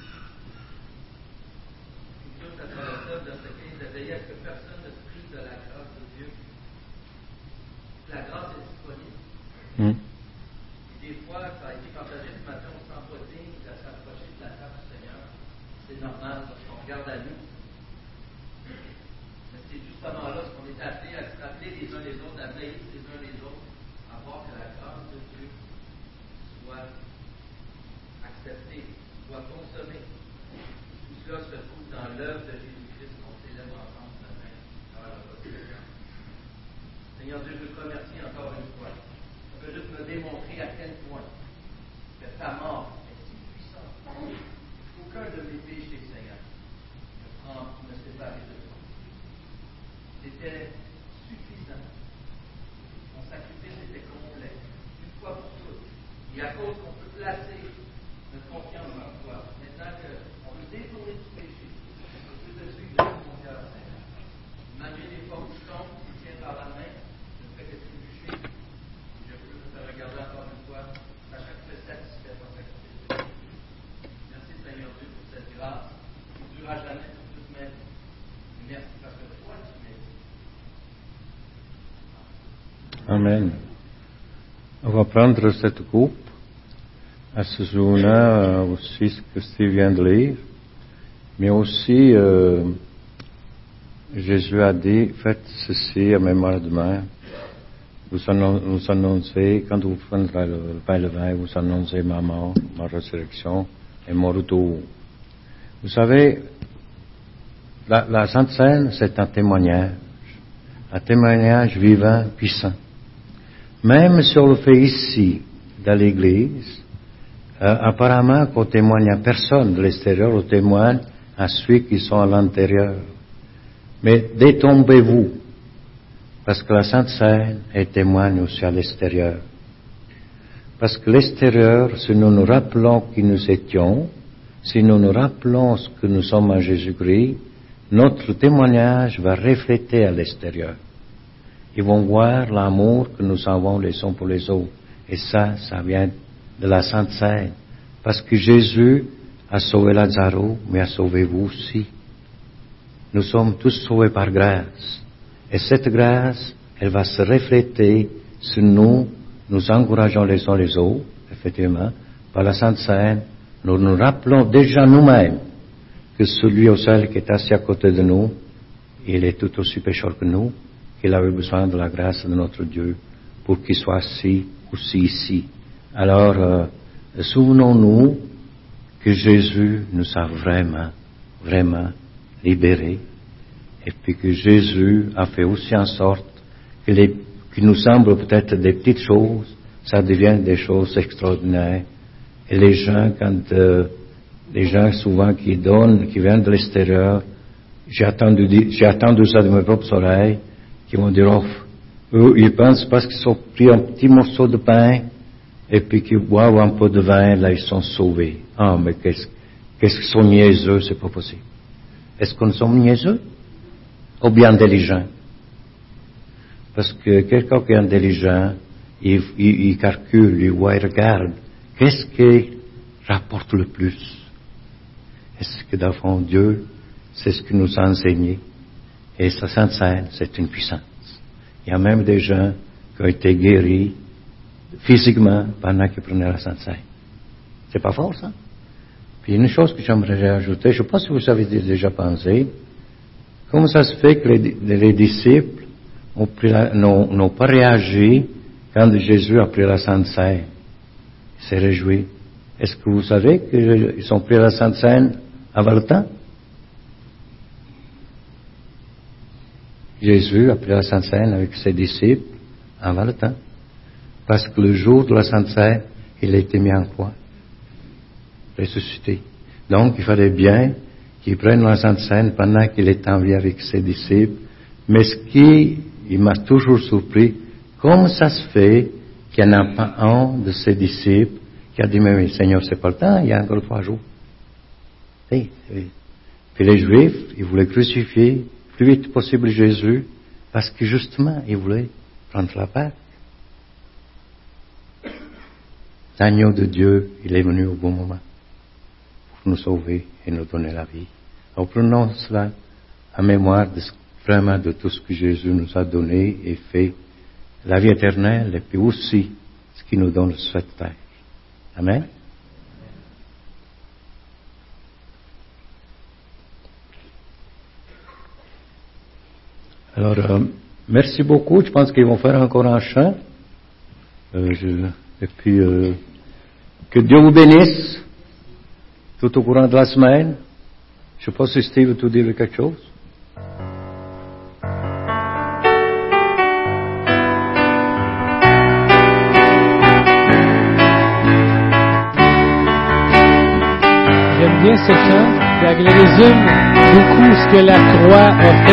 Tout à travers ça, dans ce quinze, de veiller à ce que personne ne se prive de la grâce de Dieu. La grâce est disponible. Mm. Et des fois, ça a été partagé ce matin, on ne sent pas digne de s'approcher de la table du Seigneur. C'est normal parce qu'on regarde à nous. Mais c'est justement là ce qu'on est appelé à se rappeler les uns les autres, à veiller les uns les autres, à voir que la grâce de Dieu soit acceptée, soit consommée. Tout cela se trouve dans l'œuvre de Jésus-Christ qu'on célèbre ensemble ce matin dans la Seigneur. Seigneur Dieu, je te remercie encore une fois. Ça veut juste me démontrer à quel point que ta mort est si puissante. Aucun de mes péchés, Seigneur, ne prend, me séparer de toi. C'était suffisant. Mon sacrifice était complet, une fois pour toutes. Et à cause qu'on peut placer notre confiance en toi, maintenant qu'on veut détourner du péché, on peut te suivre de tout mon cœur, Seigneur. Malgré les fois où je tombe, tu me tiens par la main, je ne fais que trébucher. Je peux te regarder encore une fois, sachant que tu es satisfait par ta sacrifice. Merci Seigneur Dieu pour cette grâce qui ne durera jamais pour toute ma vie. Merci parce que toi tu m'aides. Amen. On va prendre cette coupe à ce jour-là aussi ce que Steve vient de lire, mais aussi euh, Jésus a dit faites ceci à mémoire de moi. Vous annoncez, quand vous prendrez le pain et le vin, vous annoncez ma mort, ma résurrection et mon retour. Vous savez, la, la Sainte Seine, c'est un témoignage, un témoignage vivant, puissant. Même si on le fait ici, dans l'Église, euh, apparemment qu'on témoigne à personne de l'extérieur, on témoigne à ceux qui sont à l'intérieur. Mais détombez-vous, parce que la Sainte Seine est témoigne aussi à l'extérieur. Parce que l'extérieur, si nous nous rappelons qui nous étions, si nous nous rappelons ce que nous sommes en Jésus-Christ, notre témoignage va refléter à l'extérieur. Ils vont voir l'amour que nous avons les uns pour les autres. Et ça, ça vient de la Sainte Seine. Parce que Jésus a sauvé Lazare, mais a sauvé vous aussi. Nous sommes tous sauvés par grâce. Et cette grâce, elle va se refléter sur nous, nous encourageons les uns les autres, effectivement, par la Sainte Seine. Nous nous rappelons déjà nous-mêmes que celui au ciel qui est assis à côté de nous, il est tout aussi pécheur que nous, qu'il avait besoin de la grâce de notre Dieu pour qu'il soit assis aussi ici. Alors, euh, souvenons-nous que Jésus nous a vraiment, vraiment libérés, et puis que Jésus a fait aussi en sorte que les, qui nous semblent peut-être des petites choses, ça devient des choses extraordinaires. Et les gens, quand euh, les gens souvent qui donnent, qui viennent de l'extérieur, j'ai attendu, j'ai attendu ça de mes propres oreilles, qui vont dire, oh, eux, ils pensent parce qu'ils ont pris un petit morceau de pain, et puis qu'ils boivent un peu de vin, là, ils sont sauvés. Ah, mais qu'est-ce, qu'est-ce qu'ils sont niaiseux, c'est pas possible. Est-ce que nous sommes niaiseux? Ou bien intelligents? Parce que quelqu'un qui est intelligent, il, il, il calcule, il voit, il regarde, qu'est-ce qui rapporte le plus? Est-ce que, dans le fond, Dieu, c'est ce qu'il nous a enseigné? Et sa Sainte Seine, c'est une puissance. Il y a même des gens qui ont été guéris physiquement pendant qu'ils prenaient la Sainte Seine. C'est pas fort, ça? Puis une chose que j'aimerais ajouter, je ne sais pas si vous avez déjà pensé, comment ça se fait que les, les disciples ont pris la, n'ont, n'ont pas réagi quand Jésus a pris la Sainte Seine? Il s'est réjoui. Est-ce que vous savez qu'ils ont pris la Sainte Seine avant le temps? Jésus a pris la Sainte Seine avec ses disciples avant le temps. Parce que le jour de la Sainte Seine, il a été mis en croix, ressuscité. Donc, il fallait bien qui prennent la Sainte Seine pendant qu'il est en vie avec ses disciples. Mais ce qui il m'a toujours surpris, comment ça se fait qu'il n'y en a pas un de ses disciples qui a dit, mais Seigneur, c'est pas le temps, il y a encore trois jours. Et, et, puis les Juifs, ils voulaient crucifier le plus vite possible Jésus, parce que justement, ils voulaient prendre la Pâque. L'agneau de Dieu, il est venu au bon moment pour nous sauver et nous donner la vie. Alors prenons cela en mémoire de, vraiment de tout ce que Jésus nous a donné et fait, la vie éternelle et puis aussi ce qu'il nous donne sur cette terre. Amen. Alors, euh, merci beaucoup. Je pense qu'ils vont faire encore un chant. Euh, je, et puis, euh, que Dieu vous bénisse tout au courant de la semaine. Je ne sais pas si Steve veut te dire quelque chose. J'aime bien ce chant, car il résume beaucoup ce que la croix a fait.